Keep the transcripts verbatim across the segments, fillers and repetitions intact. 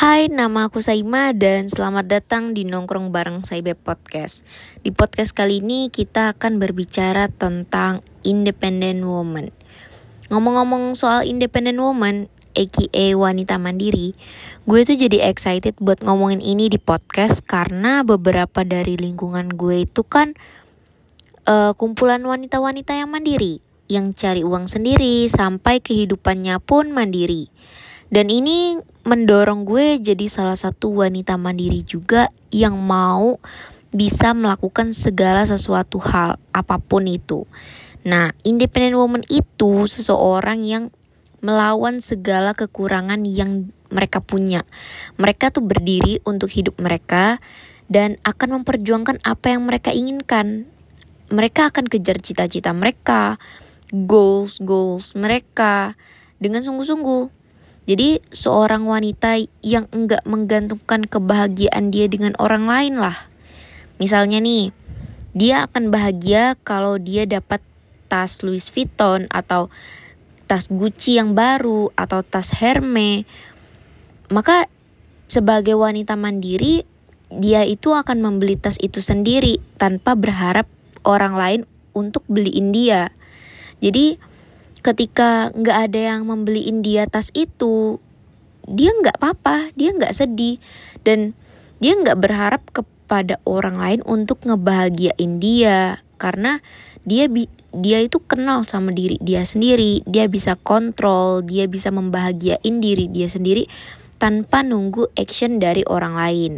Hai, nama aku Saima dan selamat datang di Nongkrong Bareng Saibe Podcast. Di podcast kali ini kita akan berbicara tentang independent woman. Ngomong-ngomong soal independent woman, aka wanita mandiri, gue tuh jadi excited buat ngomongin ini di podcast karena beberapa dari lingkungan gue itu kan uh, kumpulan wanita-wanita yang mandiri, yang cari uang sendiri sampai kehidupannya pun mandiri. Dan ini mendorong gue jadi salah satu wanita mandiri juga yang mau bisa melakukan segala sesuatu hal, apapun itu. Nah, independent woman itu seseorang yang melawan segala kekurangan yang mereka punya. Mereka tuh berdiri untuk hidup mereka dan akan memperjuangkan apa yang mereka inginkan. Mereka akan kejar cita-cita mereka, goals-goals mereka dengan sungguh-sungguh. Jadi seorang wanita yang enggak menggantungkan kebahagiaan dia dengan orang lain lah. Misalnya nih, dia akan bahagia kalau dia dapat tas Louis Vuitton atau tas Gucci yang baru atau tas Hermes. Maka sebagai wanita mandiri, dia itu akan membeli tas itu sendiri tanpa berharap orang lain untuk beliin dia. Jadi ketika nggak ada yang membeliin dia tas itu, dia nggak apa-apa, dia nggak sedih, dan dia nggak berharap kepada orang lain untuk ngebahagiain dia, karena dia bi- dia itu kenal sama diri dia sendiri, dia bisa kontrol, dia bisa membahagiain diri dia sendiri tanpa nunggu action dari orang lain.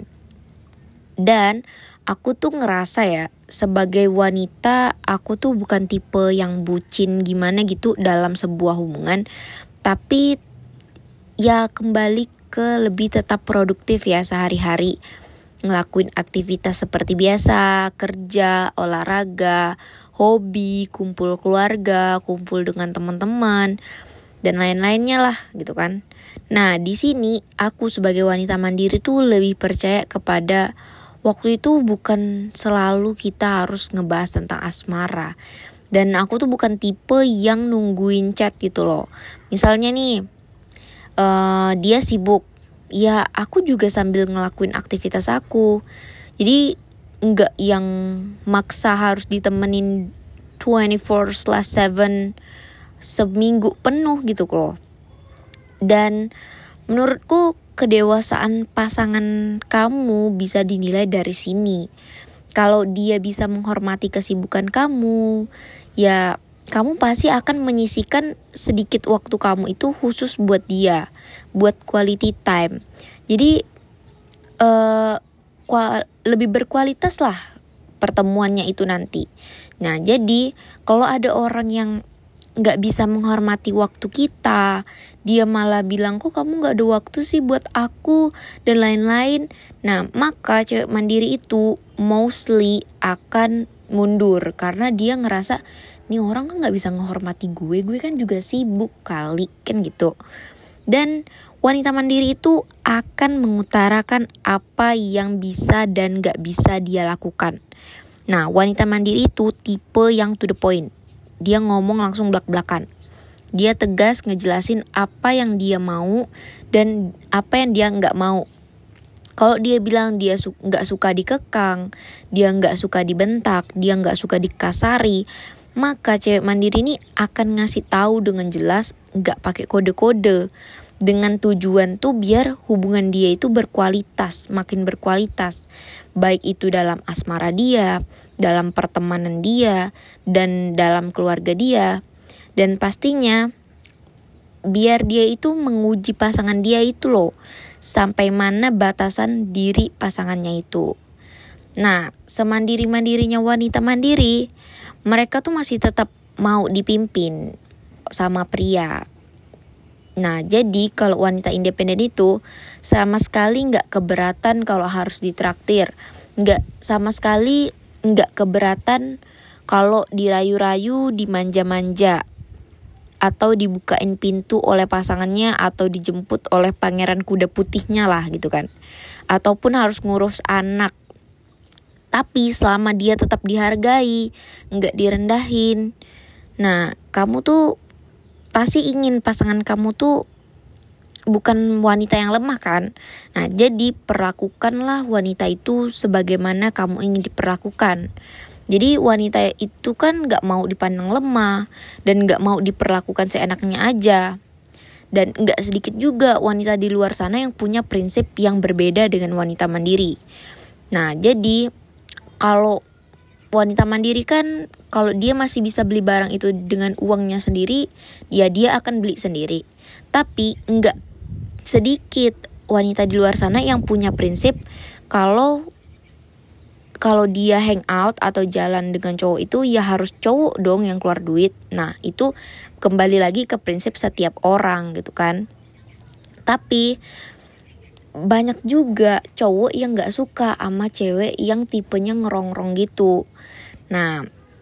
Dan aku tuh ngerasa ya, sebagai wanita aku tuh bukan tipe yang bucin gimana gitu dalam sebuah hubungan, tapi ya kembali ke lebih tetap produktif ya sehari-hari, ngelakuin aktivitas seperti biasa, kerja, olahraga, hobi, kumpul keluarga, kumpul dengan teman-teman dan lain-lainnya lah gitu kan. Nah, di sini aku sebagai wanita mandiri tuh lebih percaya kepada waktu itu bukan selalu kita harus ngebahas tentang asmara. Dan aku tuh bukan tipe yang nungguin chat gitu loh. Misalnya nih, uh, dia sibuk, ya aku juga sambil ngelakuin aktivitas aku. Jadi nggak yang maksa harus ditemenin twenty-four slash seven seminggu penuh gitu loh. Dan menurutku kedewasaan pasangan kamu bisa dinilai dari sini. Kalau dia bisa menghormati kesibukan kamu, ya kamu pasti akan menyisihkan sedikit waktu kamu itu khusus buat dia, buat quality time. Jadi uh, kual- lebih berkualitas lah pertemuannya itu nanti. Nah, jadi kalau ada orang yang gak bisa menghormati waktu kita, dia malah bilang kok kamu gak ada waktu sih buat aku dan lain-lain. Nah, maka cewek mandiri itu mostly akan mundur karena dia ngerasa nih orang kan gak bisa menghormati gue, gue kan juga sibuk kali kan gitu. Dan wanita mandiri itu akan mengutarakan apa yang bisa dan gak bisa dia lakukan. Nah, wanita mandiri itu tipe yang to the point. Dia ngomong langsung blak-blakan. Dia tegas ngejelasin apa yang dia mau dan apa yang dia gak mau. Kalau dia bilang dia su- gak suka dikekang, dia gak suka dibentak, dia gak suka dikasari, maka cewek mandiri ini akan ngasih tahu dengan jelas, gak pakai kode-kode. Dengan tujuan tuh biar hubungan dia itu berkualitas, makin berkualitas. Baik itu dalam asmara dia, dalam pertemanan dia, dan dalam keluarga dia. Dan pastinya biar dia itu menguji pasangan dia itu loh, sampai mana batasan diri pasangannya itu. Nah, semandiri-mandirinya wanita mandiri, mereka tuh masih tetap mau dipimpin sama pria. Nah, jadi kalau wanita independen itu sama sekali gak keberatan kalau harus ditraktir. Gak sama sekali gak keberatan kalau dirayu-rayu, dimanja-manja, atau dibukain pintu oleh pasangannya, atau dijemput oleh pangeran kuda putihnya lah gitu kan. Ataupun harus ngurus anak. Tapi selama dia tetap dihargai, gak direndahin. Nah, kamu tuh pasti ingin pasangan kamu tuh bukan wanita yang lemah kan. Nah, jadi perlakukanlah wanita itu sebagaimana kamu ingin diperlakukan. Jadi wanita itu kan gak mau dipandang lemah dan gak mau diperlakukan seenaknya aja. Dan gak sedikit juga wanita di luar sana yang punya prinsip yang berbeda dengan wanita mandiri. Nah, jadi kalau wanita mandiri kan kalau dia masih bisa beli barang itu dengan uangnya sendiri, ya dia akan beli sendiri. Tapi enggak sedikit wanita di luar sana yang punya prinsip kalau kalau dia hang out atau jalan dengan cowok itu ya harus cowok dong yang keluar duit. Nah, itu kembali lagi ke prinsip setiap orang gitu kan. Tapi banyak juga cowok yang gak suka sama cewek yang tipenya ngerongrong gitu. Nah,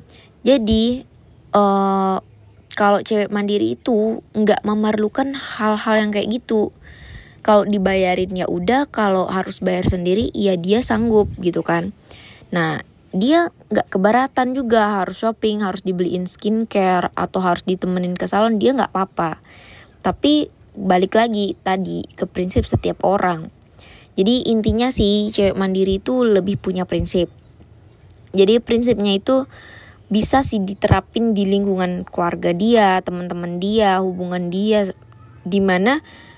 jadi uh, kalau cewek mandiri itu gak memerlukan hal-hal yang kayak gitu. Kalau dibayarin ya udah, kalau harus bayar sendiri ya dia sanggup gitu kan. Nah, dia gak keberatan juga harus shopping, harus dibeliin skincare atau harus ditemenin ke salon, dia gak apa-apa. Tapi balik lagi tadi ke prinsip setiap orang. Jadi intinya sih cewek mandiri itu lebih punya prinsip. Jadi prinsipnya itu bisa sih diterapin di lingkungan keluarga dia, teman-teman dia, hubungan dia, dimana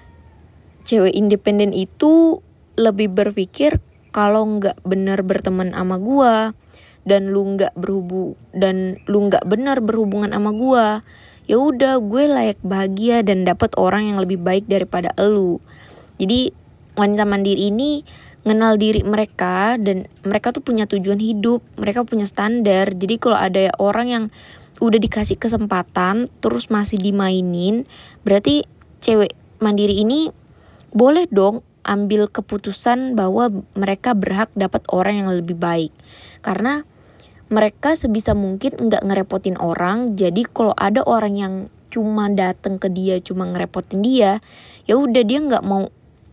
cewek independen itu lebih berpikir kalau nggak benar berteman sama gua dan lu nggak berhubung dan lu nggak benar berhubungan sama gua, ya udah gue layak bahagia dan dapat orang yang lebih baik daripada elu. Jadi wanita mandiri ini ngenal diri mereka dan mereka tuh punya tujuan hidup, mereka punya standar. Jadi kalau ada orang yang udah dikasih kesempatan terus masih dimainin, berarti cewek mandiri ini boleh dong ambil keputusan bahwa mereka berhak dapat orang yang lebih baik. Karena mereka sebisa mungkin nggak ngerepotin orang. Jadi kalau ada orang yang cuma datang ke dia, cuma ngerepotin dia, ya udah dia nggak mau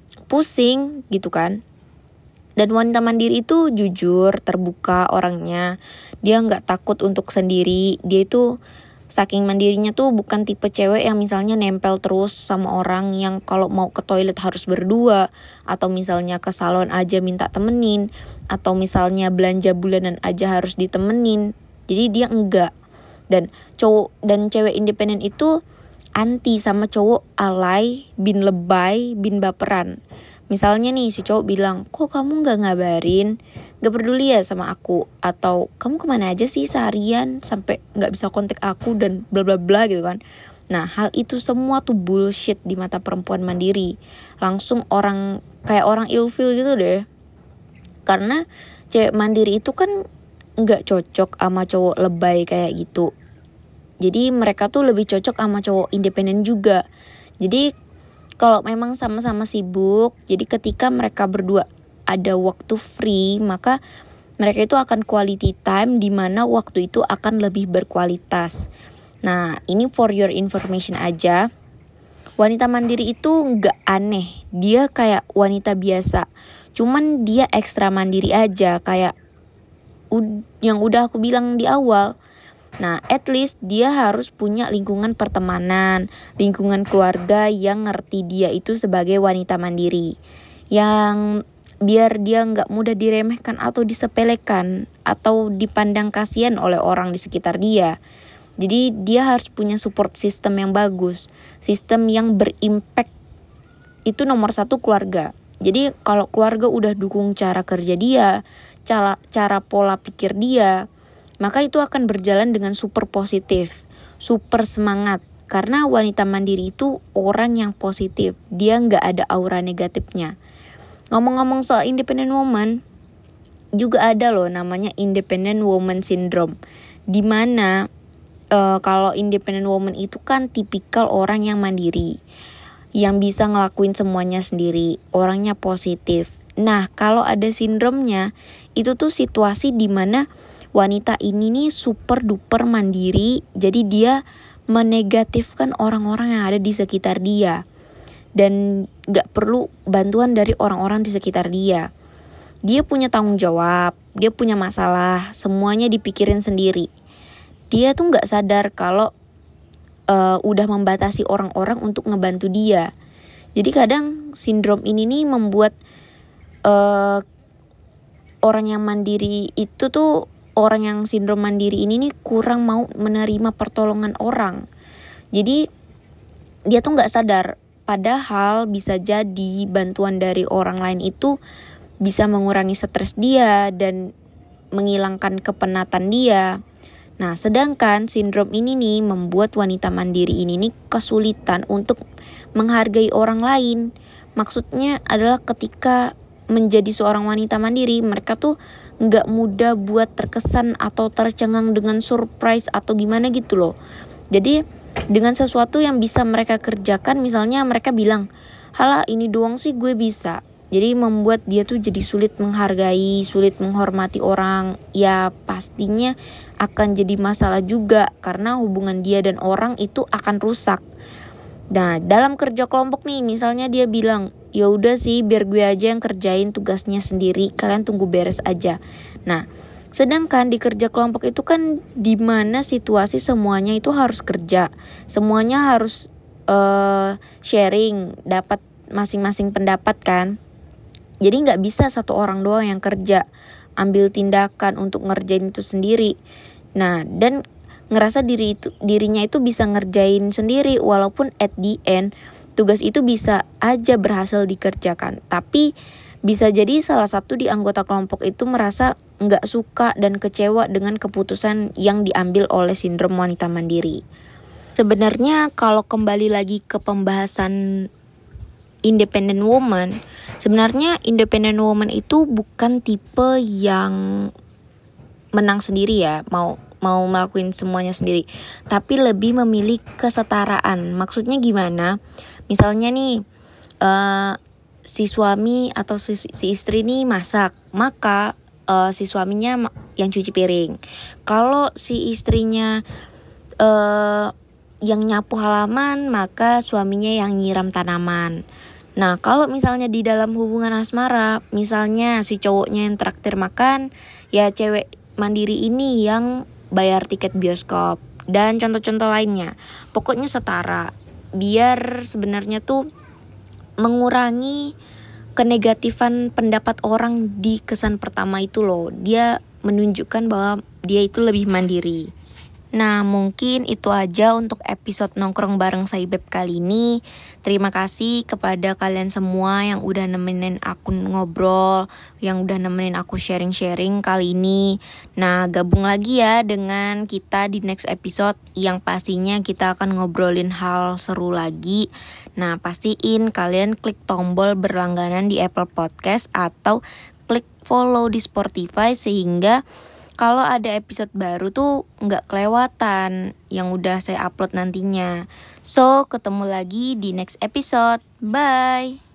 pusing gitu kan. Dan wanita mandiri itu jujur, terbuka orangnya. Dia nggak takut untuk sendiri. Dia itu saking mandirinya tuh bukan tipe cewek yang misalnya nempel terus sama orang yang kalau mau ke toilet harus berdua, atau misalnya ke salon aja minta temenin, atau misalnya belanja bulanan aja harus ditemenin. Jadi dia enggak. Dan cowok dan cewek independen itu anti sama cowok alay, bin lebay, bin baperan. Misalnya nih si cowok bilang, kok kamu gak ngabarin, gak peduli ya sama aku, atau kamu kemana aja sih seharian sampai gak bisa kontak aku dan bla bla bla gitu kan. Nah, hal itu semua tuh bullshit di mata perempuan mandiri. Langsung orang kayak orang ilfil gitu deh. Karena cewek mandiri itu kan gak cocok sama cowok lebay kayak gitu. Jadi mereka tuh lebih cocok sama cowok independen juga. Jadi kalau memang sama-sama sibuk, jadi ketika mereka berdua ada waktu free, maka mereka itu akan quality time, di mana waktu itu akan lebih berkualitas. Nah, ini for your information aja. Wanita mandiri itu nggak aneh, dia kayak wanita biasa. Cuman dia ekstra mandiri aja, kayak yang udah aku bilang di awal. Nah, at least dia harus punya lingkungan pertemanan, lingkungan keluarga yang ngerti dia itu sebagai wanita mandiri. Yang biar dia gak mudah diremehkan atau disepelekan atau dipandang kasihan oleh orang di sekitar dia. Jadi dia harus punya support system yang bagus, sistem yang berimpact. Itu nomor satu keluarga. Jadi kalau keluarga udah dukung cara kerja dia, cara, cara pola pikir dia, maka itu akan berjalan dengan super positif, super semangat. Karena wanita mandiri itu orang yang positif, dia gak ada aura negatifnya. Ngomong-ngomong soal independent woman, juga ada loh namanya independent woman syndrome. Dimana e, kalau independent woman itu kan tipikal orang yang mandiri, yang bisa ngelakuin semuanya sendiri, orangnya positif. Nah, kalau ada sindromnya, itu tuh situasi dimana wanita ini nih super duper mandiri, jadi dia menegatifkan orang-orang yang ada di sekitar dia dan gak perlu bantuan dari orang-orang di sekitar dia. Dia punya tanggung jawab, dia punya masalah, semuanya dipikirin sendiri. Dia tuh gak sadar kalau uh, udah membatasi orang-orang untuk ngebantu dia. Jadi kadang sindrom ini nih membuat uh, orang yang mandiri itu tuh, orang yang sindrom mandiri ini nih kurang mau menerima pertolongan orang. Jadi dia tuh gak sadar, padahal bisa jadi bantuan dari orang lain itu bisa mengurangi stres dia dan menghilangkan kepenatan dia. Nah, sedangkan sindrom ini nih membuat wanita mandiri ini nih kesulitan untuk menghargai orang lain. Maksudnya adalah ketika menjadi seorang wanita mandiri, mereka tuh gak mudah buat terkesan atau tercengang dengan surprise atau gimana gitu loh. Jadi dengan sesuatu yang bisa mereka kerjakan, misalnya mereka bilang, halah ini doang sih gue bisa. Jadi membuat dia tuh jadi sulit menghargai, sulit menghormati orang. Ya pastinya akan jadi masalah juga, karena hubungan dia dan orang itu akan rusak. Nah, dalam kerja kelompok nih, misalnya dia bilang, ya udah sih biar gue aja yang kerjain tugasnya sendiri, kalian tunggu beres aja. Nah, sedangkan di kerja kelompok itu kan dimana situasi semuanya itu harus kerja, semuanya harus uh, sharing, dapat masing-masing pendapat kan. Jadi nggak bisa satu orang doang yang kerja, ambil tindakan untuk ngerjain itu sendiri. Nah, dan ngerasa diri itu dirinya itu bisa ngerjain sendiri, walaupun at the end tugas itu bisa aja berhasil dikerjakan, tapi bisa jadi salah satu di anggota kelompok itu merasa nggak suka dan kecewa dengan keputusan yang diambil oleh sindrom wanita mandiri. Sebenarnya kalau kembali lagi ke pembahasan independent woman, sebenarnya independent woman itu bukan tipe yang menang sendiri ya, mau mau melakukan semuanya sendiri, tapi lebih memilih kesetaraan. Maksudnya gimana? Misalnya nih, uh, si suami atau si, si istri nih masak, maka uh, si suaminya yang cuci piring. Kalau si istrinya uh, yang nyapu halaman, maka suaminya yang nyiram tanaman. Nah, kalau misalnya di dalam hubungan asmara, misalnya si cowoknya yang traktir makan, ya cewek mandiri ini yang bayar tiket bioskop dan contoh-contoh lainnya. Pokoknya setara, biar sebenarnya tuh mengurangi kenegatifan pendapat orang di kesan pertama itu loh. Dia menunjukkan bahwa dia itu lebih mandiri. Nah, mungkin itu aja untuk episode nongkrong bareng Saibeb kali ini. Terima kasih kepada kalian semua yang udah nemenin aku ngobrol, yang udah nemenin aku sharing-sharing kali ini. Nah, gabung lagi ya dengan kita di next episode yang pastinya kita akan ngobrolin hal seru lagi. Nah, pastiin kalian klik tombol berlangganan di Apple Podcast atau klik follow di Spotify sehingga kalau ada episode baru tuh nggak kelewatan yang udah saya upload nantinya. So, ketemu lagi di next episode. Bye!